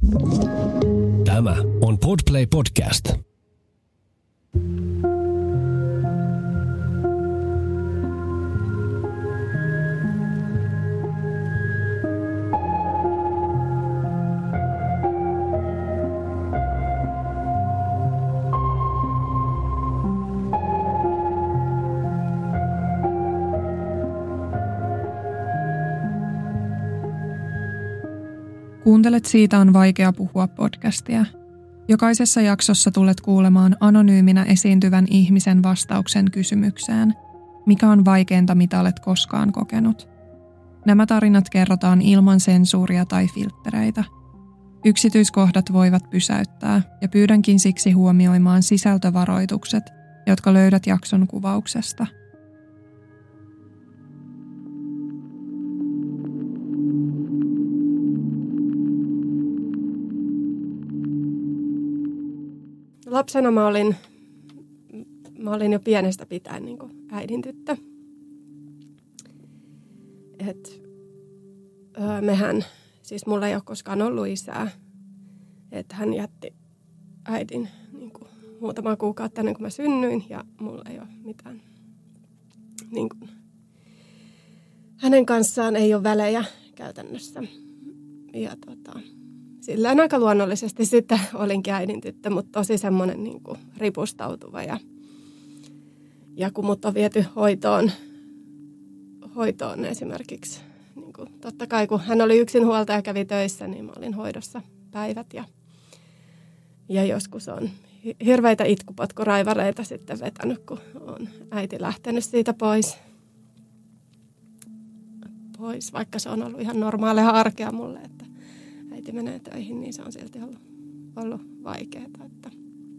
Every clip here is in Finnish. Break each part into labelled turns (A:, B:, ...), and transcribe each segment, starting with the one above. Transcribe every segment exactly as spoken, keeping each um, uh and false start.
A: Tämä on Podplay Podcast.
B: Kuuntelet Siitä on vaikea puhua podcastia. Jokaisessa jaksossa tulet kuulemaan anonyyminä esiintyvän ihmisen vastauksen kysymykseen, mikä on vaikeinta, mitä olet koskaan kokenut. Nämä tarinat kerrotaan ilman sensuuria tai filttereitä. Yksityiskohdat voivat pysäyttää ja pyydänkin siksi huomioimaan sisältövaroitukset, jotka löydät jakson kuvauksesta.
C: Lapsena mä olin, mä olin jo pienestä pitäen niin kuin äidin tyttö. Et, öö, mehän, siis mulla ei ole koskaan ollut isää. Että hän jätti äidin niin kuin muutama kuukautta ennen kuin mä synnyin ja mulla ei ole mitään. Niin kuin, hänen kanssaan ei ole välejä käytännössä. Ja tota... Silleen aika luonnollisesti sitten olinkin äidin tyttö, mutta tosi semmoinen niin kuin ripustautuva. Ja, ja kun mut on viety hoitoon, hoitoon esimerkiksi, niin kuin, totta kai kun hän oli yksinhuoltaja ja kävi töissä, niin mä olin hoidossa päivät. Ja, ja joskus on hirveitä itkupotkuraivareita sitten vetänyt, kun on äiti lähtenyt siitä pois. Pois, vaikka se on ollut ihan normaalia arkea mulle, että äiti menee töihin, niin se on silti ollut, ollut vaikeaa. Että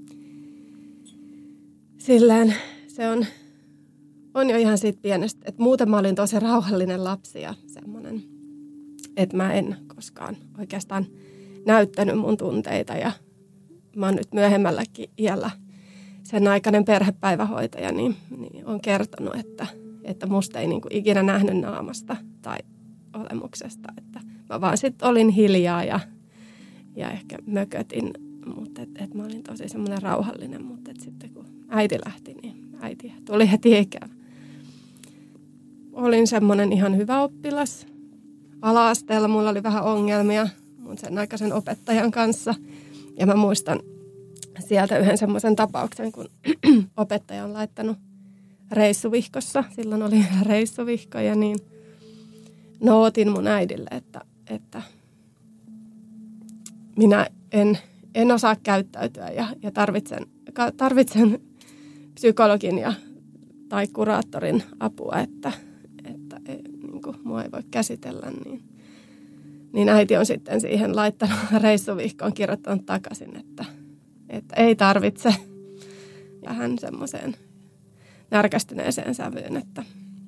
C: silleen se on, on jo ihan siitä pienestä, että muuten mä olin tosi rauhallinen lapsi ja semmoinen, että mä en koskaan oikeastaan näyttänyt mun tunteita. Ja mä oon nyt myöhemmälläkin iällä sen aikainen perhepäivähoitaja, niin, niin on kertonut, että, että musta ei niin kuin ikinä nähnyt naamasta tai olemuksesta, että mä vaan sitten olin hiljaa ja, ja ehkä mökötin, mutta et, et mä olin tosi semmoinen rauhallinen, mutta et sitten kun äiti lähti, niin äiti tuli heti ikävä. Olin semmoinen ihan hyvä oppilas. Ala-asteella mulla oli vähän ongelmia mun sen aikaisen opettajan kanssa. Ja mä muistan sieltä yhden semmoisen tapauksen, kun opettaja on laittanut reissuvihkossa. Silloin oli reissuvihkoja, niin nootin mun äidille, että, että minä en, en osaa käyttäytyä ja, ja tarvitsen, tarvitsen psykologin ja, tai kuraattorin apua, että, että ei, niin kuin mua ei voi käsitellä. Niin, niin äiti on sitten siihen laittanut reissuvihkoon, kirjoittanut takaisin, että, että ei tarvitse. Ja hän semmoiseen närkästyneeseen sävyyn, että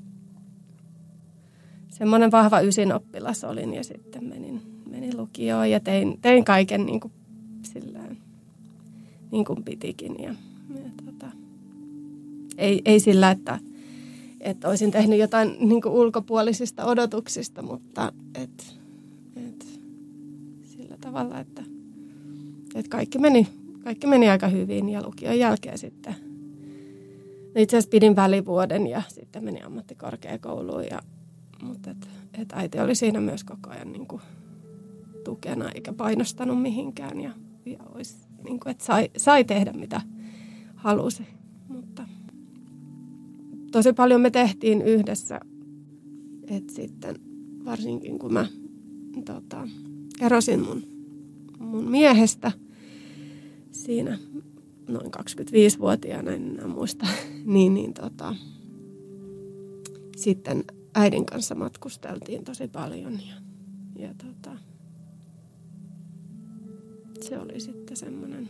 C: semmoinen vahva ysinoppilas olin ja sitten menin, menin lukioon ja tein, tein kaiken niin kuin, sillään, niin kuin pitikin. Ja, ja tota, ei, ei sillä, että, että olisin tehnyt jotain niin kuin ulkopuolisista odotuksista, mutta et, et, sillä tavalla, että et kaikki, meni, kaikki meni aika hyvin ja lukion jälkeen sitten. Itse asiassa pidin välivuoden ja sitten menin ammattikorkeakouluun ja mutta et, et äiti oli siinä myös koko ajan niin kuin tukena eikä painostanut mihinkään ja, ja olisi, niin kuin, että sai, sai tehdä mitä halusi. Mutta tosi paljon me tehtiin yhdessä, että sitten varsinkin kun mä tota, erosin mun, mun miehestä siinä noin kaksikymmentäviisivuotiaana, en enää muista, niin, niin tota, sitten äidin kanssa matkusteltiin tosi paljon ja, ja tota, se oli sitten semmoinen,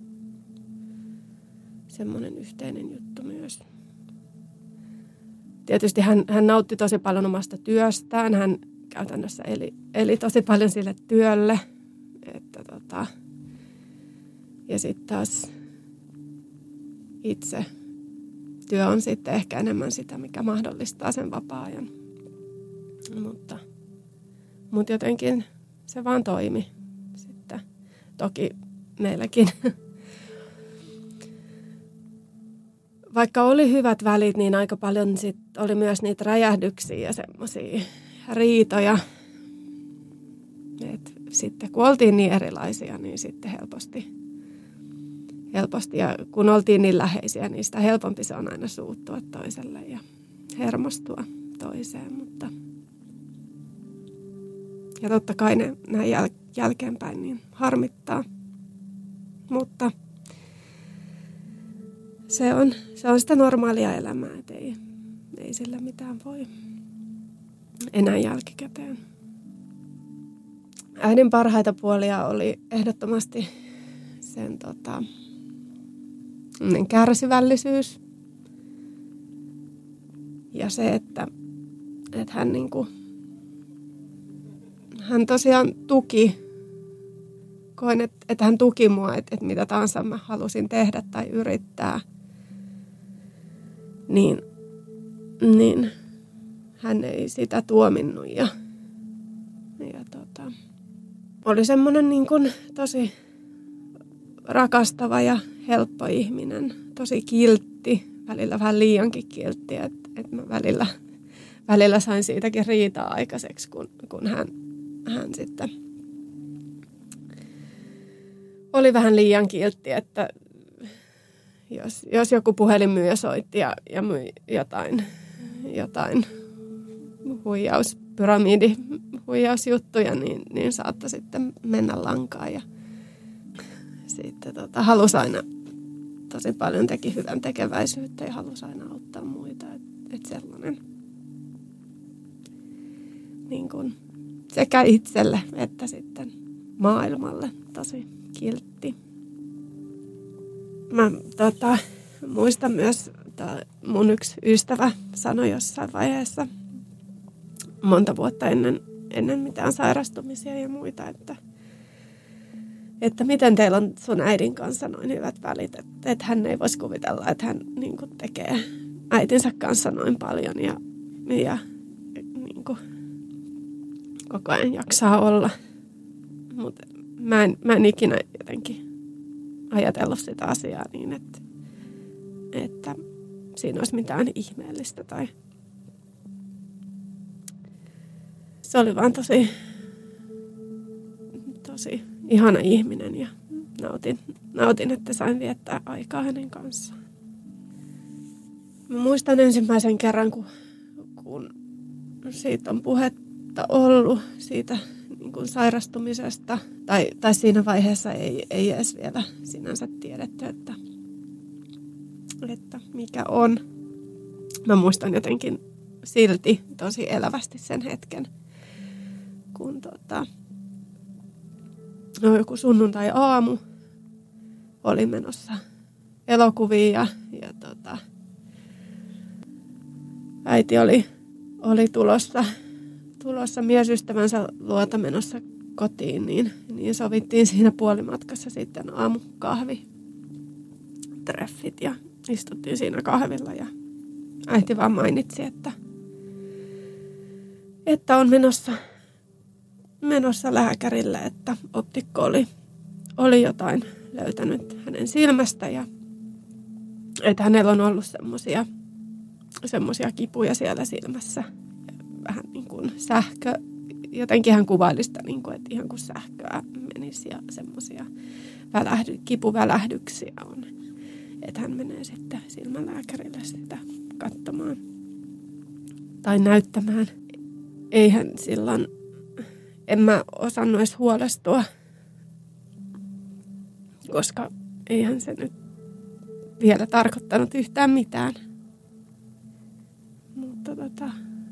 C: semmoinen yhteinen juttu myös. Tietysti hän, hän nautti tosi paljon omasta työstään. Hän käytännössä eli, eli tosi paljon sille työlle. Että tota, ja sitten taas itse työ on sitten ehkä enemmän sitä, mikä mahdollistaa sen vapaa-ajan. Mutta, mutta jotenkin se vaan toimi sitten. toki meilläkin. Vaikka oli hyvät välit, niin aika paljon sit oli myös niitä räjähdyksiä ja semmoisia riitoja. Et sitten kun oltiin niin erilaisia, niin sitten helposti, helposti ja kun oltiin niin läheisiä, niin sitä helpompi se on aina suuttua toiselle ja hermostua toiseen. Mutta ja totta kai ne näin jäl- jälkeenpäin niin harmittaa, mutta se on, se on sitä normaalia elämää, että ei, ei sillä mitään voi enää jälkikäteen. Äidin parhaita puolia oli ehdottomasti sen tota, kärsivällisyys ja se, että, että hän, niin kuin, hän tosiaan tuki, koin, että, että hän tuki mua, että, että mitä tahansa mä halusin tehdä tai yrittää, niin, niin hän ei sitä tuominnut ja, ja tota, oli semmoinen niin kuin tosi rakastava ja helppo ihminen, tosi kiltti, välillä vähän liiankin kiltti, että, että mä välillä, välillä sain siitäkin riitaa aikaiseksi, kun, kun hän, hän sitten oli vähän liian kiltti, että jos, jos joku puhelinmyyjä soitti ja, ja myi jotain, jotain huijaus, pyramidi, huijausjuttuja, niin, niin saattoi sitten mennä lankaan ja sitten tota, halusi aina tosi paljon teki hyvän tekeväisyyttä ja halusi aina auttaa muita, että et sellainen niin kun, sekä itselle että sitten maailmalle tosi kiltti. Mä tota, muistan myös, että mun yksi ystävä sanoi jossain vaiheessa monta vuotta ennen, ennen mitään sairastumisia ja muita, että, että miten teillä on sun äidin kanssa noin hyvät välit, että, että hän ei voisi kuvitella, että hän niin kuin tekee äitinsä kanssa noin paljon ja, ja niin kuin, koko ajan jaksaa olla. Mutta mä en, mä en ikinä jotenkin ajatellut sitä asiaa niin, että, että siinä olisi mitään ihmeellistä tai se oli vaan tosi, tosi ihana ihminen ja nautin, nautin, että sain viettää aikaa hänen kanssaan. Mä muistan ensimmäisen kerran, kun, kun siitä on puhetta ollut, siitä niin kuin sairastumisesta. Tai, tai siinä vaiheessa ei, ei edes vielä sinänsä tiedetty, että, että mikä on. Mä muistan jotenkin silti tosi elävästi sen hetken, kun tota, no, joku sunnuntai-aamu oli menossa elokuviin ja, ja tota, äiti oli, oli tulossa, tulossa miesystävänsä luota menossa kotiin, niin, niin sovittiin siinä puolimatkassa sitten aamukahvi treffit ja istuttiin siinä kahvilla ja äiti vaan mainitsi, että, että on menossa, menossa lääkärille, että optikko oli, oli jotain löytänyt hänen silmästä ja että hänellä on ollut semmoisia semmoisia kipuja siellä silmässä. Vähän niin kuin sähkö, jotenkin hän kuvaili sitä, niin kuin, että ihan kuin sähköä menisi ja semmoisia välähdy, kipuvälähdyksiä on. Että hän menee sitten silmälääkärille sitä katsomaan tai näyttämään. Eihän silloin, en mä osannut edes huolestua, koska eihän se nyt vielä tarkoittanut yhtään mitään. Mutta tota,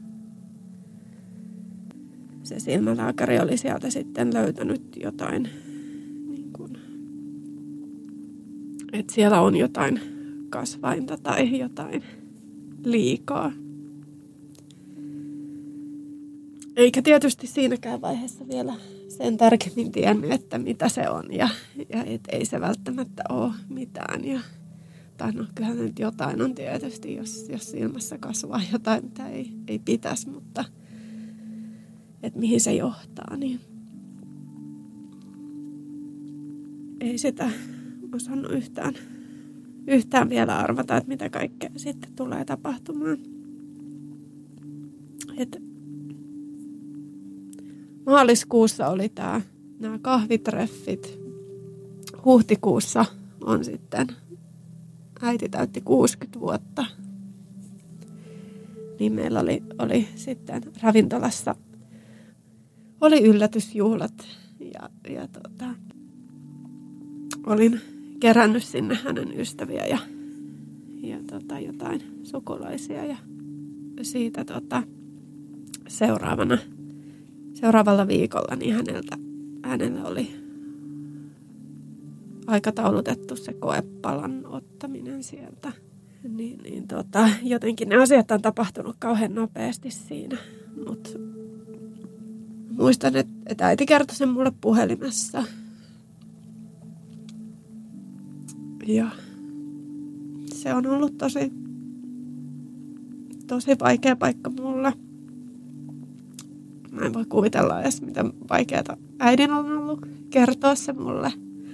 C: se silmälääkäri oli sieltä sitten löytänyt jotain, niin kuin, että siellä on jotain kasvainta tai jotain liikaa. Eikä tietysti siinäkään vaiheessa vielä sen tarkemmin tiennyt, että mitä se on ja, ja et ei se välttämättä ole mitään. Ja, tai no kyllähän nyt jotain on tietysti, jos, jos silmässä kasvaa jotain, mitä ei, ei pitäisi, mutta että mihin se johtaa. Niin. ei sitä osannut yhtään, yhtään vielä arvata, että mitä kaikkea sitten tulee tapahtumaan. Et maaliskuussa oli tää, nämä kahvitreffit. Huhtikuussa on sitten, äiti täytti kuusikymmentä vuotta. Niin meillä oli, oli sitten ravintolassa, oli yllätysjuhlat ja, ja tota, olin kerännyt sinne hänen ystäviä ja, ja tota, jotain sukulaisia ja siitä tota, seuraavana, seuraavalla viikolla niin häneltä, hänellä oli aikataulutettu se koepalan ottaminen sieltä. Niin, niin tota, jotenkin ne asiat on tapahtunut kauhean nopeasti siinä. Mut muistan, että et äiti kertoi sen mulle puhelimessa. Ja se on ollut tosi, tosi vaikea paikka mulle. Mä en voi kuvitella edes, miten vaikeaa äidin on ollut kertoa se mulle.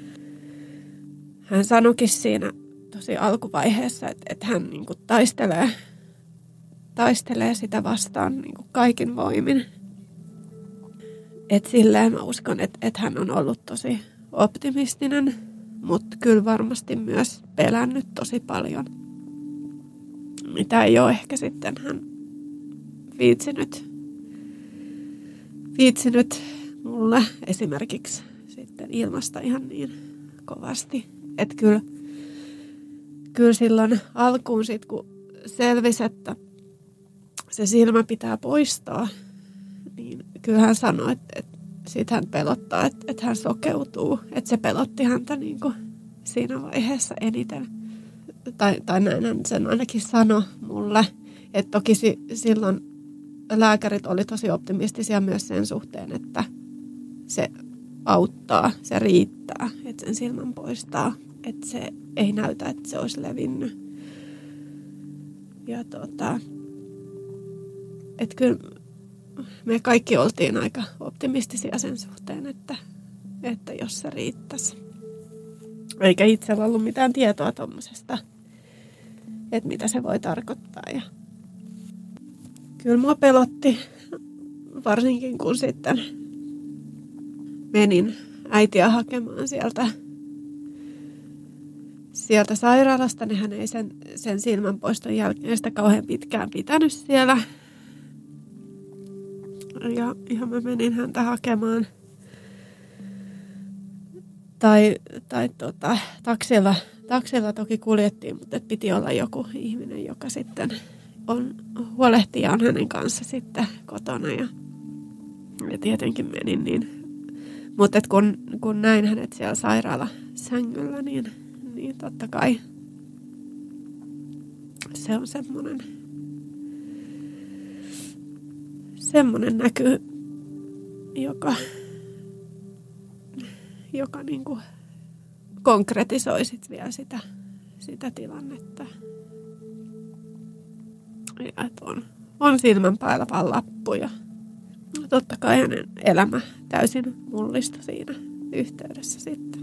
C: Hän sanoikin siinä tosi alkuvaiheessa, että, että hän niin kuin taistelee, taistelee sitä vastaan niin kuin kaikin voimin. Että silleen mä uskon, että, että hän on ollut tosi optimistinen, mutta kyllä varmasti myös pelännyt tosi paljon. Mitä ei ole ehkä sitten hän viitsinyt, viitsinyt mulle esimerkiksi sitten ilmasta ihan niin kovasti. Että kyllä, kyllä silloin alkuun sit, kun selvisi, että se silmä pitää poistaa, niin kyllä hän sanoi, että, että siitä hän pelottaa, että, että hän sokeutuu. Että se pelotti häntä niin kuin siinä vaiheessa eniten. Tai, tai näin hän sen ainakin sanoi mulle. Että toki si, silloin lääkärit oli tosi optimistisia myös sen suhteen, että se auttaa, se riittää, että sen silmän poistaa. Että se ei näytä, että se olisi levinnyt. Ja tota, että kyllä me kaikki oltiin aika optimistisia sen suhteen, että, että jos se riittäisi. Eikä itsellä ollut mitään tietoa tommosesta, että mitä se voi tarkoittaa. Ja kyllä mua pelotti, varsinkin kun sitten menin äitiä hakemaan sieltä, sieltä sairaalasta. Niin hän ei sen, sen silmänpoiston jälkeen sitä kauhean pitkään pitänyt siellä. Ja, ja mä menin häntä hakemaan. Tai, tai tota, taksilla, taksilla toki kuljettiin, mutta piti olla joku ihminen, joka sitten on, huolehtii ja on hänen kanssa sitten kotona. Ja, ja tietenkin menin niin. Mutta kun, kun näin hänet siellä sairaalasängyllä, niin, niin totta kai se on semmoinen, semmoinen näky, joka, joka niinku konkretisoi sit vielä sitä, sitä tilannetta. Ja että on, on silmän päällä vaan lappu ja totta kai hänen elämä täysin mullistui siinä yhteydessä sitten.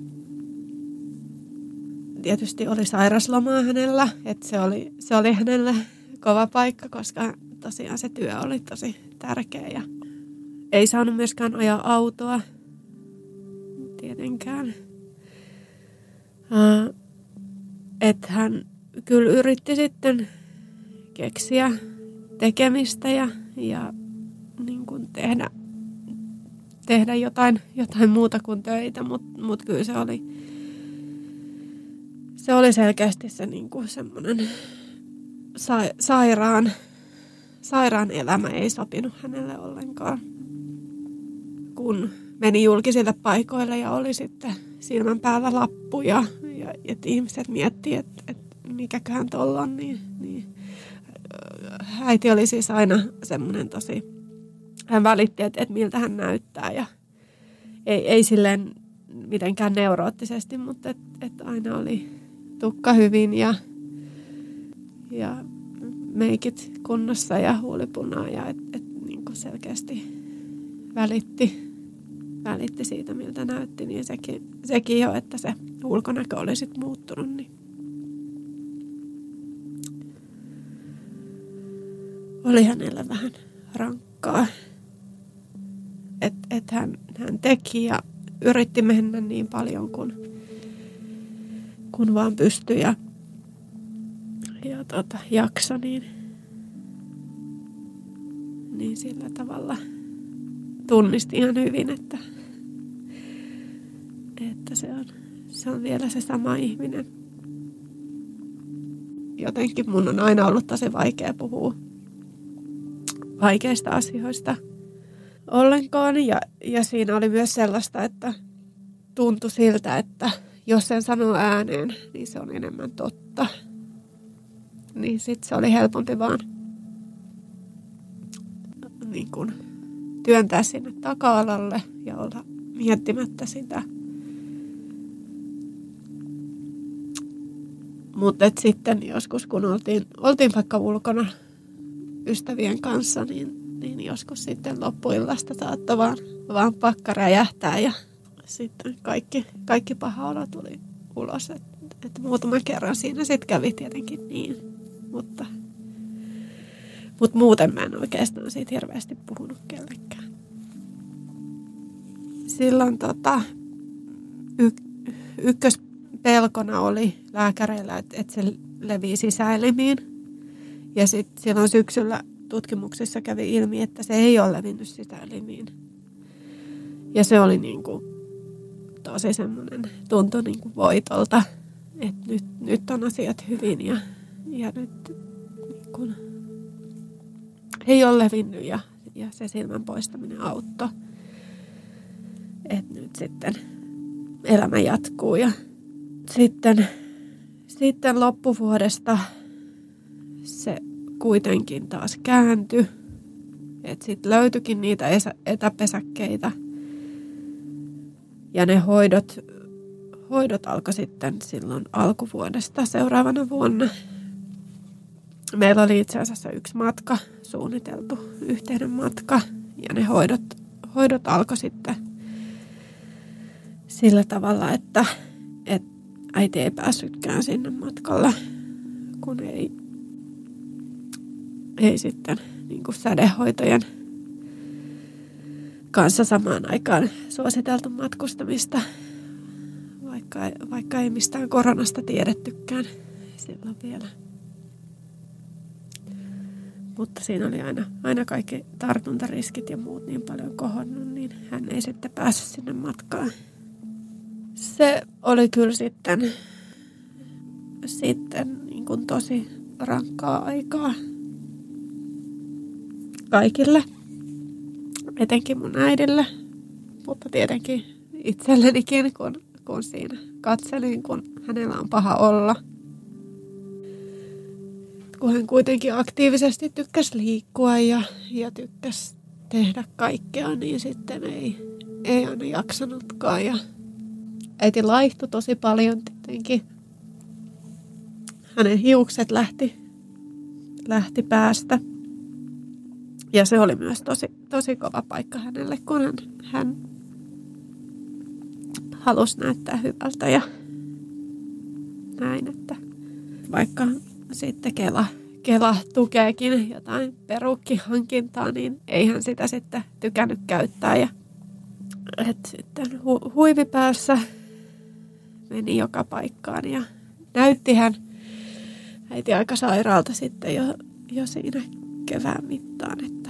C: Tietysti oli sairaslomaa hänellä, että se oli, se oli hänelle kova paikka, koska tosiaan se työ oli tosi tärkeä ja ei saanut myöskään ajaa autoa tietenkään. Uh, että hän kyllä yritti sitten keksiä tekemistä ja, ja niin kuin tehdä, tehdä jotain, jotain muuta kuin töitä, mutta mut kyllä se oli, se oli selkeästi se niin kuin semmoinen sa, sairaan, sairaan elämä ei sopinut hänelle ollenkaan. Kun meni julkisille paikoille ja oli sitten silmän päällä lappu ja, ja että ihmiset miettii, että, että mikäköhän tuolla on, niin, niin äiti oli siis aina semmoinen tosi, hän välitti, että, että miltä hän näyttää ja ei, ei silleen mitenkään neuroottisesti, mutta että, että aina oli tukka hyvin ja, ja meikit kunnossa ja huulipunaa ja että et, niin kuin selkeästi välitti, välitti siitä, miltä näytti, niin sekin, sekin jo, että se ulkonäkö oli sit muuttunut. Niin oli hänellä vähän rankkaa. Että et hän, hän teki ja yritti mennä niin paljon kuin kun vaan pystyi ja, ja tota, jakso, niin, niin sillä tavalla tunnisti ihan hyvin, että, että se, on, se on vielä se sama ihminen. Jotenkin mun on aina ollut tosi vaikea puhua vaikeista asioista ollenkaan. Ja, ja siinä oli myös sellaista, että tuntui siltä, että jos sen sanoo ääneen, niin se on enemmän totta. Niin sitten se oli helpompi vaan niin kun työntää sinne taka-alalle ja olla miettimättä sitä. Mutta sitten joskus, kun oltiin, oltiin vaikka ulkona ystävien kanssa, niin, niin joskus sitten loppuillasta saattoi vaan, vaan pakka räjähtää ja sitten kaikki, kaikki paha olo tuli ulos. Että et muutaman kerran siinä sitten kävi tietenkin niin, mutta, mutta muuten mä en oikeastaan siitä hirveästi puhunut kellekään. Silloin tota, y, ykköspelkona oli lääkäreillä, että et se levii sisäelimiin. Ja sitten silloin syksyllä tutkimuksissa kävi ilmi, että se ei ole levinnyt sisäelimiin. Ja se oli niin kuin tosi semmoinen, tuntui niin kuin voitolta, että nyt, nyt on asiat hyvin ja, ja nyt niin kuin ei ole levinnyt ja, ja se silmän poistaminen auttoi. Että nyt sitten elämä jatkuu ja sitten, sitten loppuvuodesta se kuitenkin taas kääntyi. Että sitten löytyikin niitä etäpesäkkeitä. Ja ne hoidot, hoidot alkoi sitten silloin alkuvuodesta seuraavana vuonna. Meillä oli itse asiassa yksi matka, suunniteltu yhteinen matka. Ja ne hoidot, hoidot alkoi sitten sillä tavalla, että, että äiti ei päässytkään sinne matkalle, kun ei, ei sitten niin kuin sädehoitojen kanssa samaan aikaan suositeltu matkustamista, vaikka, vaikka ei mistään koronasta tiedettykään silloin vielä. Mutta siinä oli aina, aina kaikki tartuntariskit ja muut niin paljon kohonnut, niin hän ei sitten päässyt sinne matkaan. Se oli kyllä sitten, sitten niin kuin tosi rankkaa aikaa kaikille. Etenkin mun äidille, mutta tietenkin itsellenikin, kun, kun siinä katselin, kun hänellä on paha olla. Kun hän kuitenkin aktiivisesti tykkäsi liikkua ja, ja tykkäsi tehdä kaikkea, niin sitten ei, ei aina jaksanutkaan. Ja äiti laihtui tosi paljon tietenkin. Hänen hiukset lähti, lähti päästä. Ja se oli myös tosi, tosi kova paikka hänelle, kun hän, hän halusi näyttää hyvältä ja näin, että vaikka sitten Kela, Kela tukeekin jotain perukkihankintaa, niin eihän sitä sitten tykännyt käyttää. Ja, et sitten hu, huivipäässä meni joka paikkaan ja näyttihän äiti aika sairaalta sitten jo, jo siinä kevään mittaan, että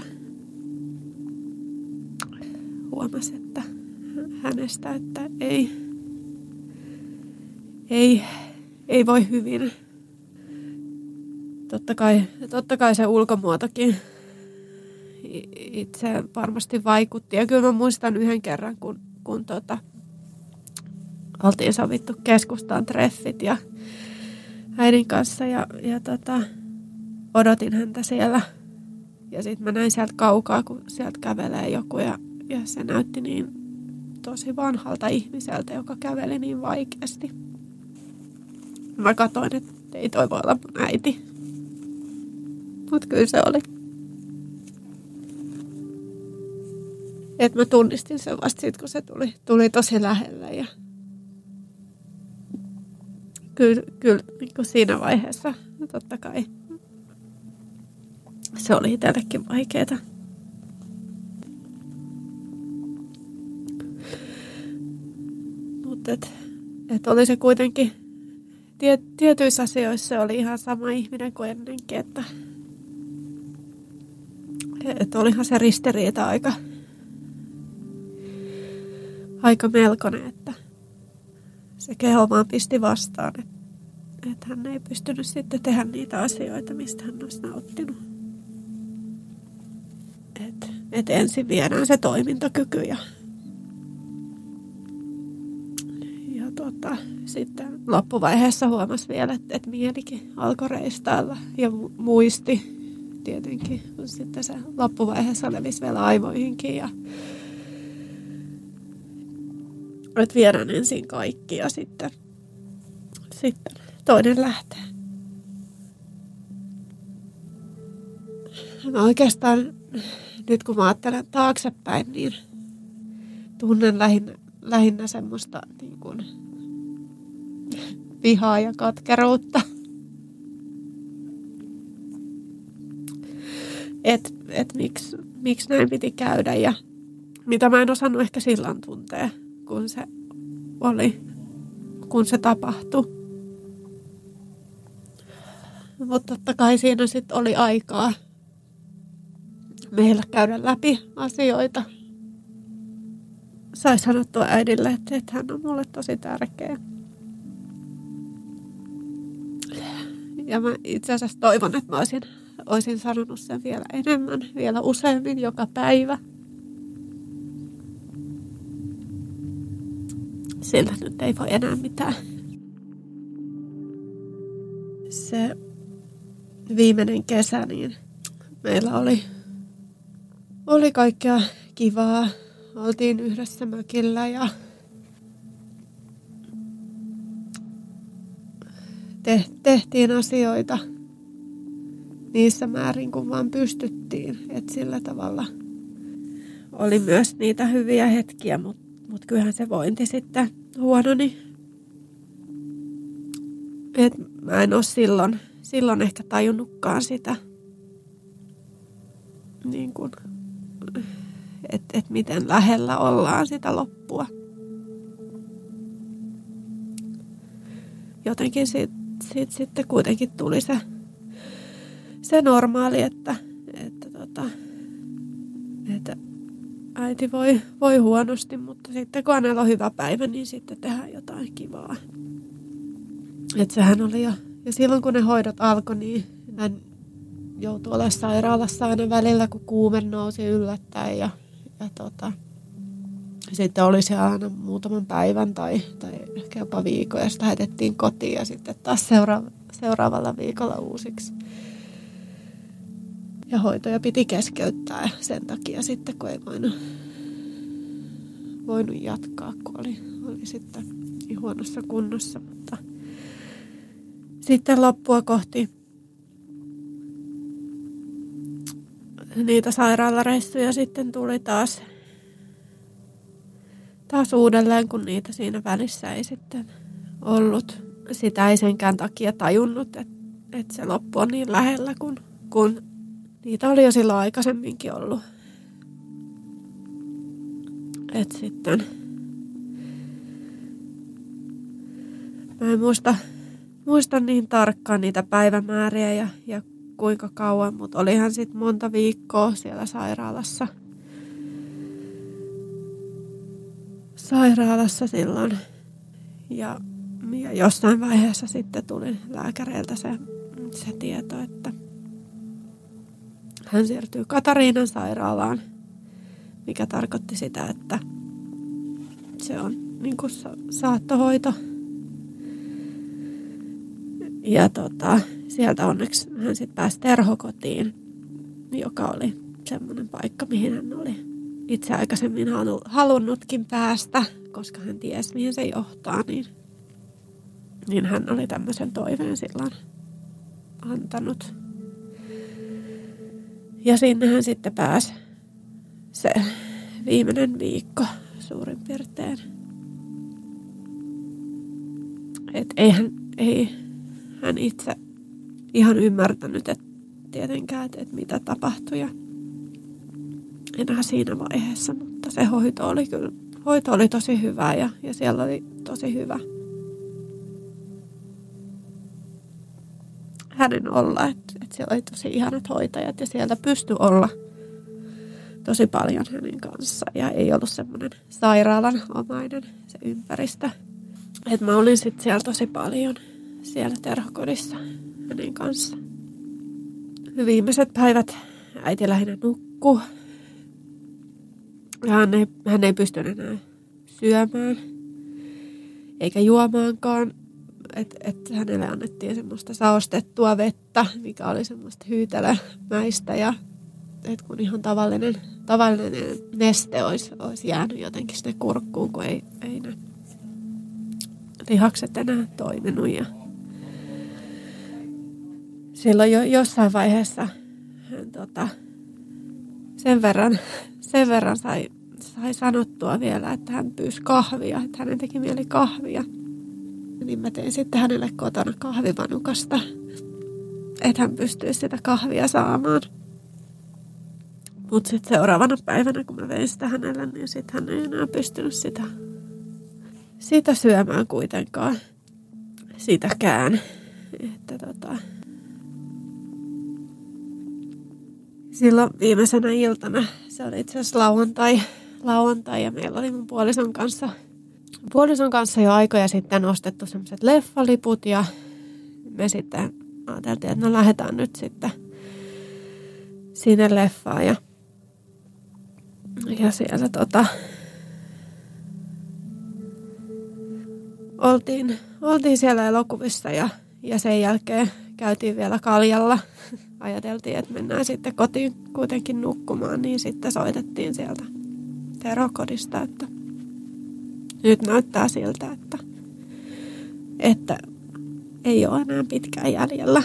C: huomasi, että hänestä, että ei, ei, ei voi hyvin. Totta kai, totta kai se ulkomuotokin itse varmasti vaikutti. Ja kyllä mä muistan yhden kerran, kun, kun tota, oltiin sovittu keskustaan treffit ja äidin kanssa ja, ja tota, odotin häntä siellä. Ja sitten mä näin sieltä kaukaa, kun sieltä kävelee joku ja, ja se näytti niin tosi vanhalta ihmiseltä, joka käveli niin vaikeasti. Mä katsoin, että ei toi voi olla mun äiti. Mutta kyllä se oli. et mä tunnistin sen vasta sit, kun se tuli, tuli tosi lähelle. Ja kyllä, kyllä niin kuin siinä vaiheessa totta kai se oli itsellekin vaikeaa. Mutta et, et oli se kuitenkin, tie, tietyissä asioissa se oli ihan sama ihminen kuin ennenkin, että et olihan se ristiriita aika, aika melkoinen, että se keho vaan pisti vastaan, että et hän ei pystynyt sitten tehdä niitä asioita, mistä hän olisi nauttinut. Että et ensin viedään se toimintakyky ja, ja tota, sitten loppuvaiheessa huomasi vielä, että et mielikin alkoi reistailla ja muisti tietenkin. Sitten se loppuvaiheessa levisi vielä aivoihinkin ja että viedään ensin kaikki ja sitten, sitten toinen lähtee. Mä oikeastaan nyt kun mä ajattelen taaksepäin, niin tunnen lähinnä, lähinnä semmoista niin kuin vihaa ja katkeruutta. Että et miksi, miksi näin piti käydä ja mitä mä en osannut ehkä silloin tuntea, kun se oli, kun se tapahtui. Mutta totta kai siinä sitten oli aikaa meillä käydä läpi asioita. Sai sanottua äidille, että, että hän on mulle tosi tärkeä. Ja mä itse asiassa toivon, että mä olisin, olisin sanonut sen vielä enemmän, vielä useammin, joka päivä. Sillä nyt ei voi enää mitään. Se viimeinen kesä, niin meillä oli, oli kaikkea kivaa. Oltiin yhdessä mökillä ja te, tehtiin asioita niissä määrin, kun vaan pystyttiin. Et sillä tavalla oli myös niitä hyviä hetkiä, mutta mut kyllähän se vointi sitten huononi. Et mä en ole silloin, silloin ehkä tajunnutkaan sitä, niin kun, että et miten lähellä ollaan sitä loppua. Jotenkin siitä, siitä sitten kuitenkin tuli se, se normaali, että, että, tota, että äiti voi, voi huonosti, mutta sitten kun hänellä on hyvä päivä, niin sitten tehdään jotain kivaa. Että sehän oli jo, ja silloin kun ne hoidot alkoi, niin hän joutui olemaan sairaalassa aina välillä, kun kuume nousi yllättäen ja, ja tota, sitten oli se aina muutaman päivän tai, tai ehkä jopa viikon ja sitten lähetettiin kotiin ja sitten taas seuraava, seuraavalla viikolla uusiksi. Ja hoitoja piti keskeyttää sen takia sitten, kun ei voinut, voinut jatkaa, kun oli, oli sitten niin huonossa kunnossa. Mutta sitten loppua kohti niitä sairaalareissuja sitten tuli taas, taas uudelleen, kun niitä siinä välissä ei sitten ollut. Sitä ei senkään takia tajunnut, että, että se loppu on niin lähellä, kun, kun niitä oli jo silloin aikaisemminkin ollut. Et sitten mä en muista, muista niin tarkkaan niitä päivämääriä ja, ja kuinka kauan, mutta olihan sitten monta viikkoa siellä sairaalassa. Sairaalassa silloin. Ja, ja jossain vaiheessa sitten tuli lääkäreiltä se, se tieto, että hän siirtyy Katariinan sairaalaan, mikä tarkoitti sitä, että se on niin kuin saattohoito. Ja tota, sieltä onneksi hän sitten pääsi Terhokotiin, joka oli semmoinen paikka, mihin hän oli itse aikaisemmin halunnutkin päästä, koska hän tiesi, mihin se johtaa, niin, niin hän oli tämmöisen toiveen silloin antanut. Ja sinne hän sitten pääsi se viimeinen viikko suurin piirtein. Et eihän, ei hän itse ihan ymmärtänyt, että tietenkään, että, että mitä tapahtui ja enää siinä vaiheessa, mutta se hoito oli kyllä, hoito oli tosi hyvä ja, ja siellä oli tosi hyvä hänen olla, että, että siellä oli tosi ihanat hoitajat ja sieltä pystyi olla tosi paljon hänen kanssaan ja ei ollut semmoinen sairaalan omainen se ympäristö. Että mä olin sitten siellä tosi paljon siellä terhokodissa hänen kanssa. Viimeiset päivät äiti lähinnä nukkui. Hän ei, hän ei pystynyt enää syömään eikä juomaankaan. Että et hänelle annettiin semmoista saostettua vettä, mikä oli semmoista hyytelömäistä. Ja et kun ihan tavallinen, tavallinen neste olisi, olisi jäänyt jotenkin sinne kurkkuun, kun ei, ei ne lihakset enää toiminut. Ja silloin jo jossain vaiheessa hän tota, sen verran, sen verran sai, sai sanottua vielä, että hän pyysi kahvia, että hänen teki mieli kahvia. Niin mä tein sitten hänelle kotona kahvivanukasta, että hän pystyisi sitä kahvia saamaan. Mutta sitten seuraavana päivänä, kun mä vein sitä hänelle, niin sitten hän ei enää pystynyt sitä, sitä syömään kuitenkaan. Sitäkään. Että tota, silloin viimeisenä iltana, se oli itse asiassa lauantai, lauantai ja meillä oli mun puolison kanssa, puolison kanssa jo aikoja sitten ostettu sellaiset leffaliput ja me sitten ajateltiin, että no lähdetään nyt sitten sinne leffaan ja, ja siellä tota, oltiin, oltiin siellä elokuvissa ja, ja sen jälkeen käytiin vielä kaljalla. Ajateltiin, että mennään sitten kotiin kuitenkin nukkumaan, niin sitten soitettiin sieltä terhokodista, että nyt näyttää siltä, että, että ei ole enää pitkään jäljellä.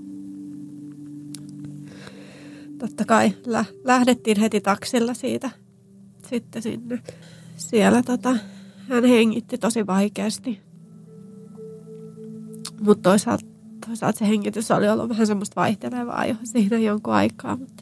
C: Totta kai lä- lähdettiin heti taksilla siitä sitten sinne. Siellä tota, hän hengitti tosi vaikeasti, mutta toisaalta Toisaalta se hengitys oli ollut vähän semmoista vaihtelevaa jo siinä jonkun aikaa, mutta,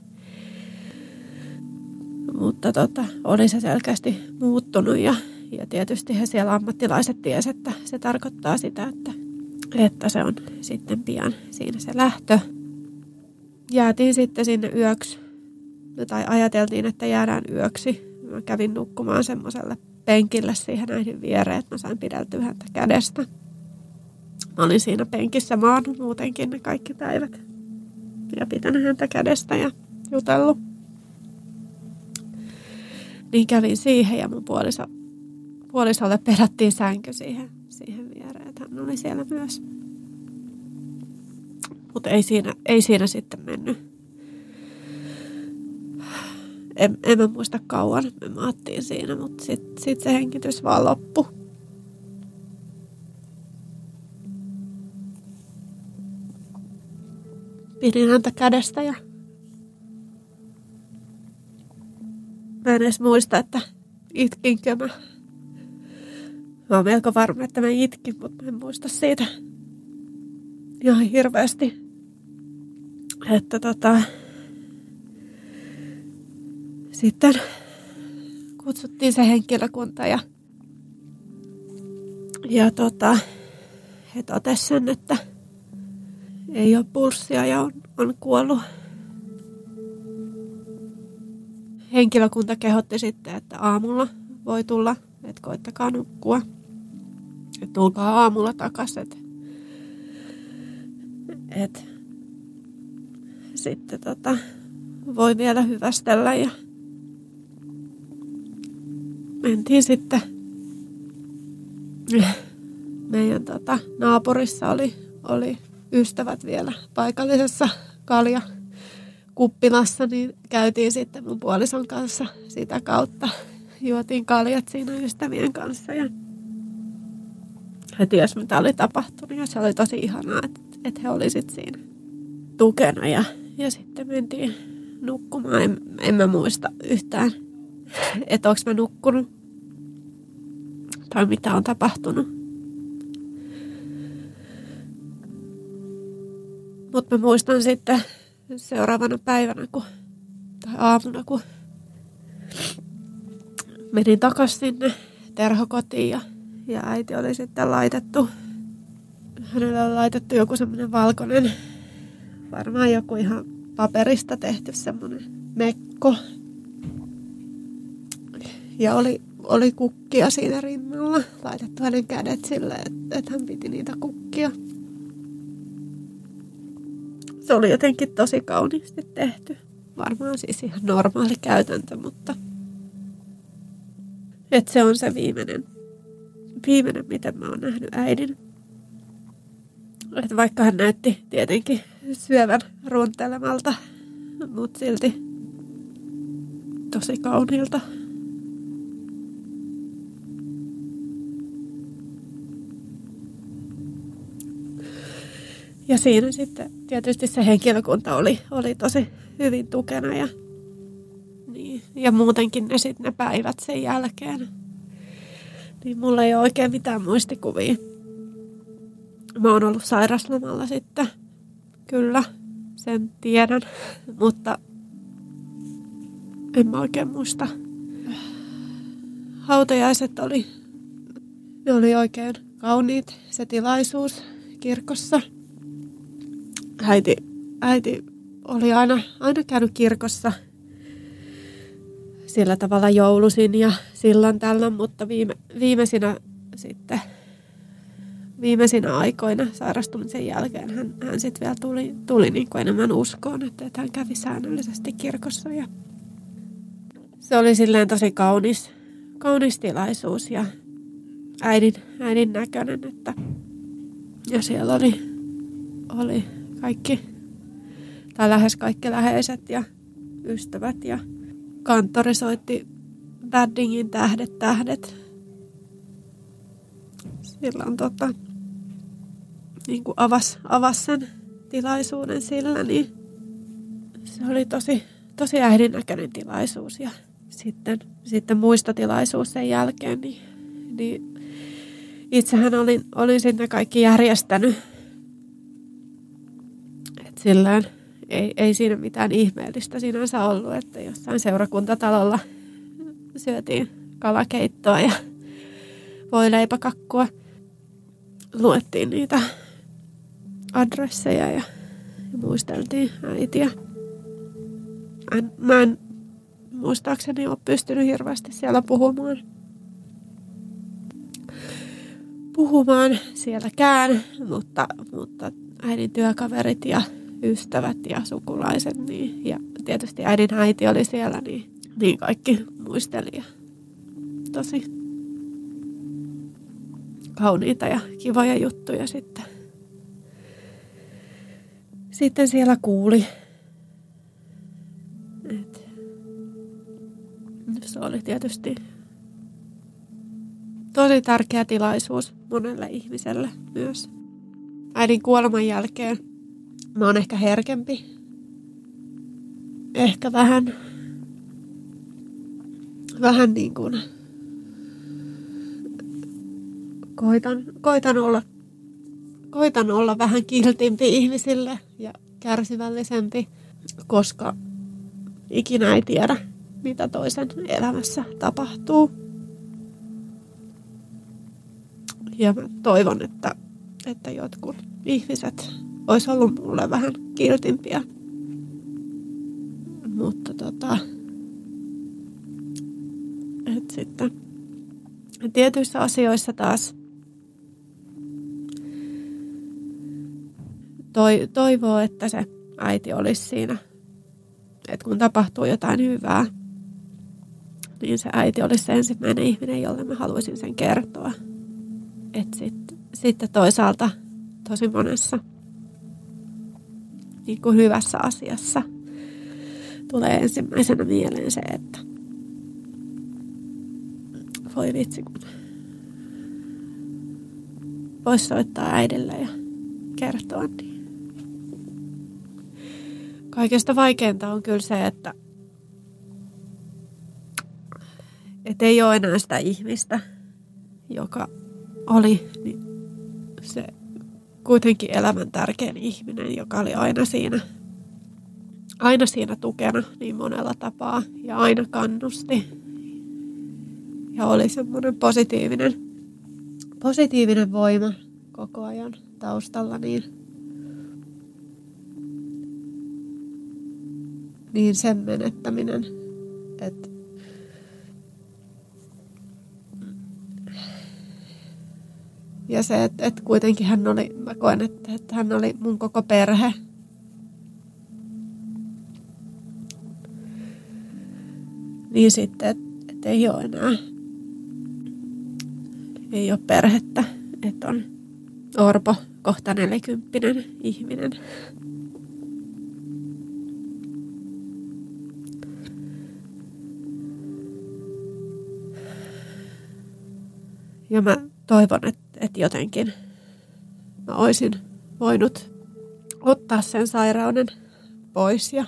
C: mutta tota, oli se selkeästi muuttunut ja, ja tietysti he siellä ammattilaiset tiesivät, että se tarkoittaa sitä, että, että se on sitten pian siinä se lähtö. Jäätiin sitten sinne yöksi, tai ajateltiin, että jäädään yöksi. Mä kävin nukkumaan semmoiselle penkille siihen äidin viereen, että mä sain pideltyä häntä kädestä. Mä olin siinä penkissä maannut muutenkin ne kaikki päivät ja pitänyt häntä kädestä ja jutellut. Niin kävin siihen ja mun puoliso, puolisolle perättiin sänky siihen, siihen viereen, että hän oli siellä myös. Mutta ei siinä, ei siinä sitten mennyt. En, en mä muista kauan, me maattiin siinä, mutta sitten sit se hengitys vaan loppui. Pidin häntä kädestä ja mä en edes muista, että itkinkö mä. Mä oon melko varma, että mä itkin, mutta mä en muista siitä ihan hirveästi. Että tota, sitten kutsuttiin se henkilökunta ja, ja tota, he totesivat sen, että ei ole pulssia ja on, on kuollut. Henkilökunta kehotti sitten, että aamulla voi tulla, että koittakaa nukkua. Että tulkaa aamulla takaisin. Että et, sitten tota, voi vielä hyvästellä ja mentiin sitten. Meidän tota, naapurissa oli, oli ystävät vielä paikallisessa kaljakuppilassa, niin käytiin sitten mun puolison kanssa sitä kautta. Juotiin kaljat siinä ystävien kanssa ja he tiesivät, mitä oli tapahtunut ja se oli tosi ihanaa, että, että he olisivat siinä tukena ja, ja sitten mentiin nukkumaan. En, en mä muista yhtään, että onko mä nukkunut tai mitä on tapahtunut. Mutta mä muistan sitten seuraavana päivänä kun, tai aamuna, kun menin takaisin sinne terhokotiin ja, ja äiti oli sitten laitettu, hänelle on laitettu joku semmoinen valkoinen, varmaan joku ihan paperista tehty semmoinen mekko. Ja oli, oli kukkia siinä rinnalla, laitettu hänen kädet silleen, että, että hän piti niitä kukkia. Se oli jotenkin tosi kauniisti tehty. Varmaan siis ihan normaali käytäntö, mutta että se on se viimeinen, viimeinen, miten mä oon nähnyt äidin. Että vaikka hän näytti tietenkin syövän runtelemalta, mutta silti tosi kauniilta. Ja siinä sitten tietysti se henkilökunta oli, oli tosi hyvin tukena ja, niin, ja muutenkin ne sitten ne päivät sen jälkeen. Niin mulla ei ole oikein mitään muistikuvia. Mä oon ollut sairaslomalla sitten, kyllä, sen tiedän, mutta en mä oikein muista. Hautajaiset oli, ne oli oikein kauniit, se tilaisuus kirkossa. Äiti, äiti oli aina, aina käynyt kirkossa sillä tavalla joulusin ja silloin tällöin, mutta viime, viimeisinä sitten, viimeisinä aikoina sairastumisen jälkeen hän, hän sitten vielä tuli, tuli niin kuin enemmän uskoon, että, että hän kävi säännöllisesti kirkossa ja se oli silleen tosi kaunis, kaunis tilaisuus ja äidin, äidin näköinen, että ja siellä oli, oli kaikki, tai lähes kaikki läheiset ja ystävät ja kanttori soitti Väddingin Tähdet, tähdet. Silloin tota, niin kuin avasi, avasi sen tilaisuuden sillä, niin se oli tosi, tosi äidinäköinen tilaisuus. Ja sitten, sitten muistotilaisuus sen jälkeen, niin, niin itsehän olin, olin sinne kaikki järjestänyt. Et sillään ei, ei siinä mitään ihmeellistä sinänsä ollut, että jossain seurakuntatalolla syötiin kalakeittoa ja voileipäkakkua. Luettiin niitä adresseja ja, ja muisteltiin äitiä. En, mä en muistaakseni ole pystynyt hirveästi siellä puhumaan. Puhumaan sielläkään, mutta, mutta äidin työkaverit ja ystävät ja sukulaiset niin, ja tietysti äidin äiti oli siellä, niin, niin kaikki muisteli ja tosi kauniita ja kivoja juttuja sitten. Sitten siellä kuuli, että se oli tietysti tosi tärkeä tilaisuus monelle ihmiselle myös. Äidin kuoleman jälkeen mä oon ehkä herkempi. Ehkä vähän, vähän niin kuin koitan, koitan, olla, koitan olla vähän kiltimpi ihmisille ja kärsivällisempi, koska ikinä ei tiedä, mitä toisen elämässä tapahtuu. Ja mä toivon, että, että jotkut ihmiset olisi ollut mulle vähän kiltimpiä. Mutta tota, et sitten tietyissä asioissa taas toi, toivoo, että se äiti olisi siinä, että kun tapahtuu jotain hyvää, niin se äiti olisi se ensimmäinen ihminen, jolle mä haluaisin sen kertoa. Että sit, sitten toisaalta tosi monessa niin kuin hyvässä asiassa tulee ensimmäisenä mieleen se, että voi vitsi, kun voisi soittaa äidille ja kertoa. Niin. Kaikesta vaikeinta on kyllä se, että et ei ole enää sitä ihmistä, joka oli niin se kuitenkin elämän tärkein ihminen, joka oli aina siinä, aina siinä tukena niin monella tapaa ja aina kannusti. Ja oli semmoinen positiivinen, positiivinen voima koko ajan taustalla, niin, niin sen menettäminen, että ja se, että, että kuitenkin hän oli, mä koen, että, että hän oli mun koko perhe. Niin sitten, että, että ei ole enää, ei ole perhettä, että on orpo, kohta nelikymppinen ihminen. Ja mä toivon, että, että jotenkin mä olisin voinut ottaa sen sairauden pois ja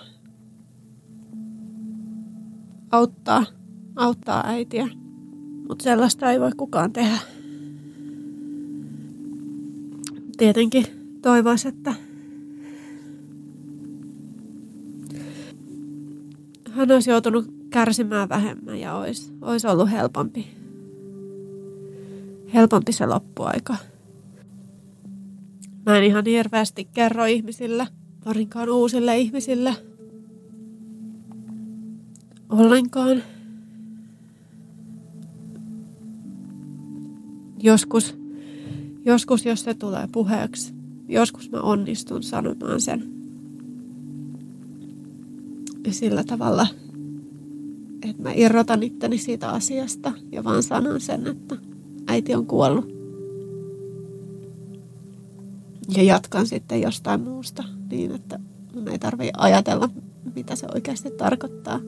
C: auttaa, auttaa äitiä. Mutta sellaista ei voi kukaan tehdä. Tietenkin toivoisi, että hän olisi joutunut kärsimään vähemmän ja olisi, olisi ollut helpompi. Helpompi se loppuaika. Mä en ihan hirveästi kerro ihmisille, varinkaan uusille ihmisille. Ollenkaan. Joskus, joskus, jos se tulee puheeksi, joskus mä onnistun sanomaan sen. Ja sillä tavalla, että mä irrotan itteni siitä asiasta ja vaan sanon sen, että äiti on kuollut. Ja jatkan sitten jostain muusta niin, että mun ei tarvitse ajatella, mitä se oikeasti tarkoittaa.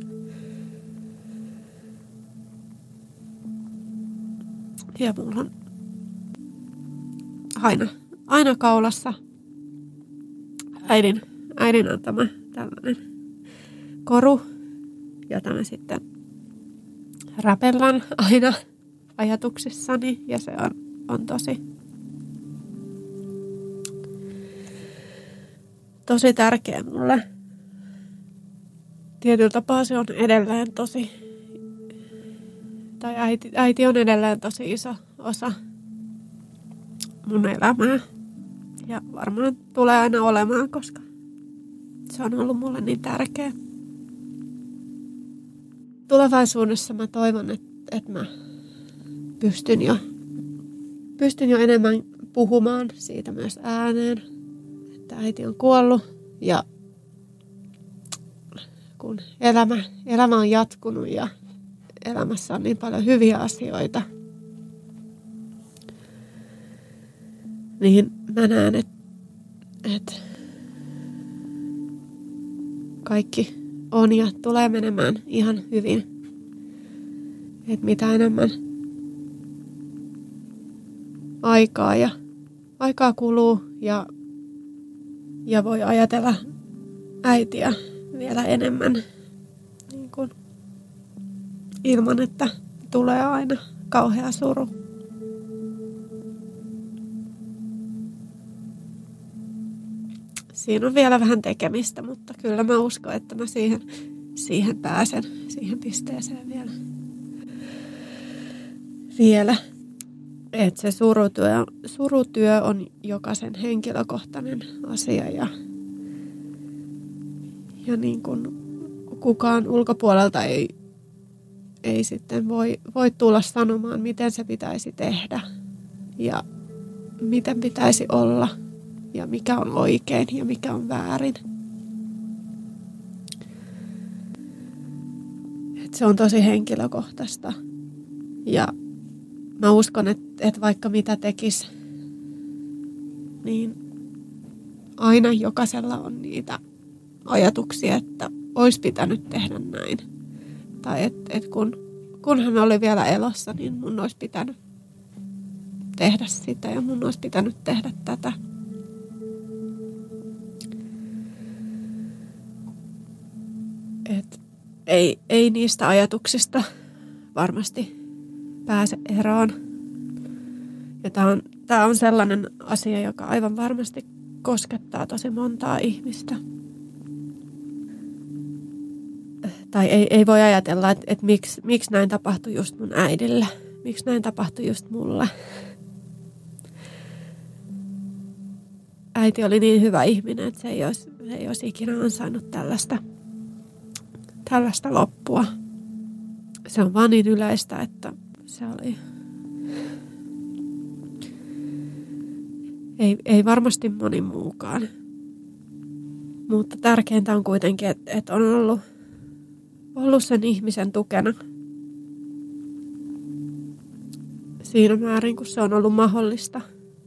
C: Ja mulla on aina, aina kaulassa äidin, äidin antama tällainen koru, jota mä sitten räpellän aina ajatuksissani, ja se on, on tosi, tosi tärkeä mulle. Tietyllä tapaa se on edelleen tosi, tai äiti, äiti on edelleen tosi iso osa mun elämää. Ja varmaan tulee aina olemaan, koska se on ollut mulle niin tärkeä. Tulevaisuudessa mä toivon, että, että mä pystyn jo, pystyn jo enemmän puhumaan siitä myös ääneen, että äiti on kuollut ja kun elämä, elämä on jatkunut ja elämässä on niin paljon hyviä asioita, niin mä näen, että, että kaikki on ja tulee menemään ihan hyvin. Että mitä enemmän aikaa ja aikaa kuluu ja, ja voi ajatella äitiä vielä enemmän niin kuin, ilman, että tulee aina kauhea suru. Siinä on vielä vähän tekemistä, mutta kyllä mä uskon, että mä siihen, siihen pääsen, siihen pisteeseen vielä. Vielä. Että se surutyö, surutyö on jokaisen henkilökohtainen asia ja, ja niin kuin kukaan ulkopuolelta ei, ei sitten voi, voi tulla sanomaan, miten se pitäisi tehdä ja miten pitäisi olla ja mikä on oikein ja mikä on väärin. Et se on tosi henkilökohtaista ja mä uskon, että, että vaikka mitä tekisi, niin aina jokaisella on niitä ajatuksia, että olisi pitänyt tehdä näin. Tai että, että kun, kun hän oli vielä elossa, niin mun olisi pitänyt tehdä sitä ja mun olisi pitänyt tehdä tätä. Et ei, ei niistä ajatuksista varmasti pääse eroon. Ja tämä on, tämä on sellainen asia, joka aivan varmasti koskettaa tosi montaa ihmistä. Tai ei, ei voi ajatella, että, että miksi, miksi näin tapahtui just mun äidille. Miksi näin tapahtui just mulle. Äiti oli niin hyvä ihminen, että se ei olisi, se ei olisi ikinä ansainnut tällaista, tällaista loppua. Se on vaan niin yleistä, että se oli... Ei, ei varmasti moni muukaan. Mutta tärkeintä on kuitenkin, että, että on ollut, ollut sen ihmisen tukena siinä määrin, kun se on ollut mahdollista.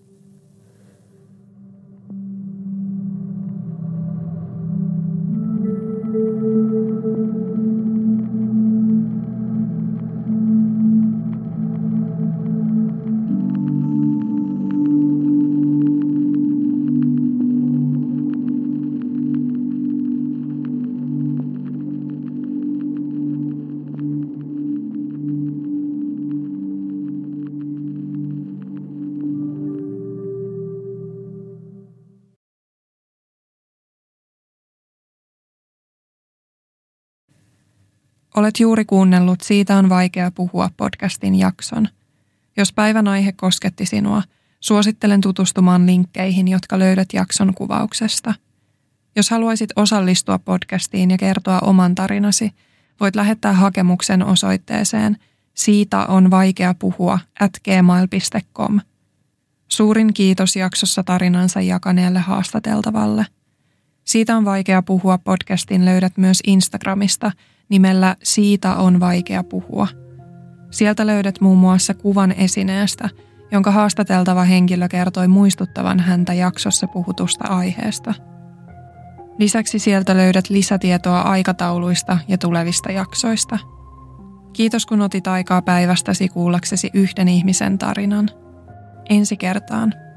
B: Olet juuri kuunnellut Siitä on vaikea puhua podcastin jakson. Jos päivän aihe kosketti sinua, suosittelen tutustumaan linkkeihin, jotka löydät jakson kuvauksesta. Jos haluaisit osallistua podcastiin ja kertoa oman tarinasi, voit lähettää hakemuksen osoitteeseen siitä on vaikea puhua at gmail piste com. Suurin kiitos jaksossa tarinansa jakaneelle haastateltavalle. Siitä on vaikea puhua podcastin löydät myös Instagramista nimellä Siitä on vaikea puhua. Sieltä löydät muun muassa kuvan esineestä, jonka haastateltava henkilö kertoi muistuttavan häntä jaksossa puhutusta aiheesta. Lisäksi sieltä löydät lisätietoa aikatauluista ja tulevista jaksoista. Kiitos kun otit aikaa päivästäsi kuullaksesi yhden ihmisen tarinan. Ensi kertaan.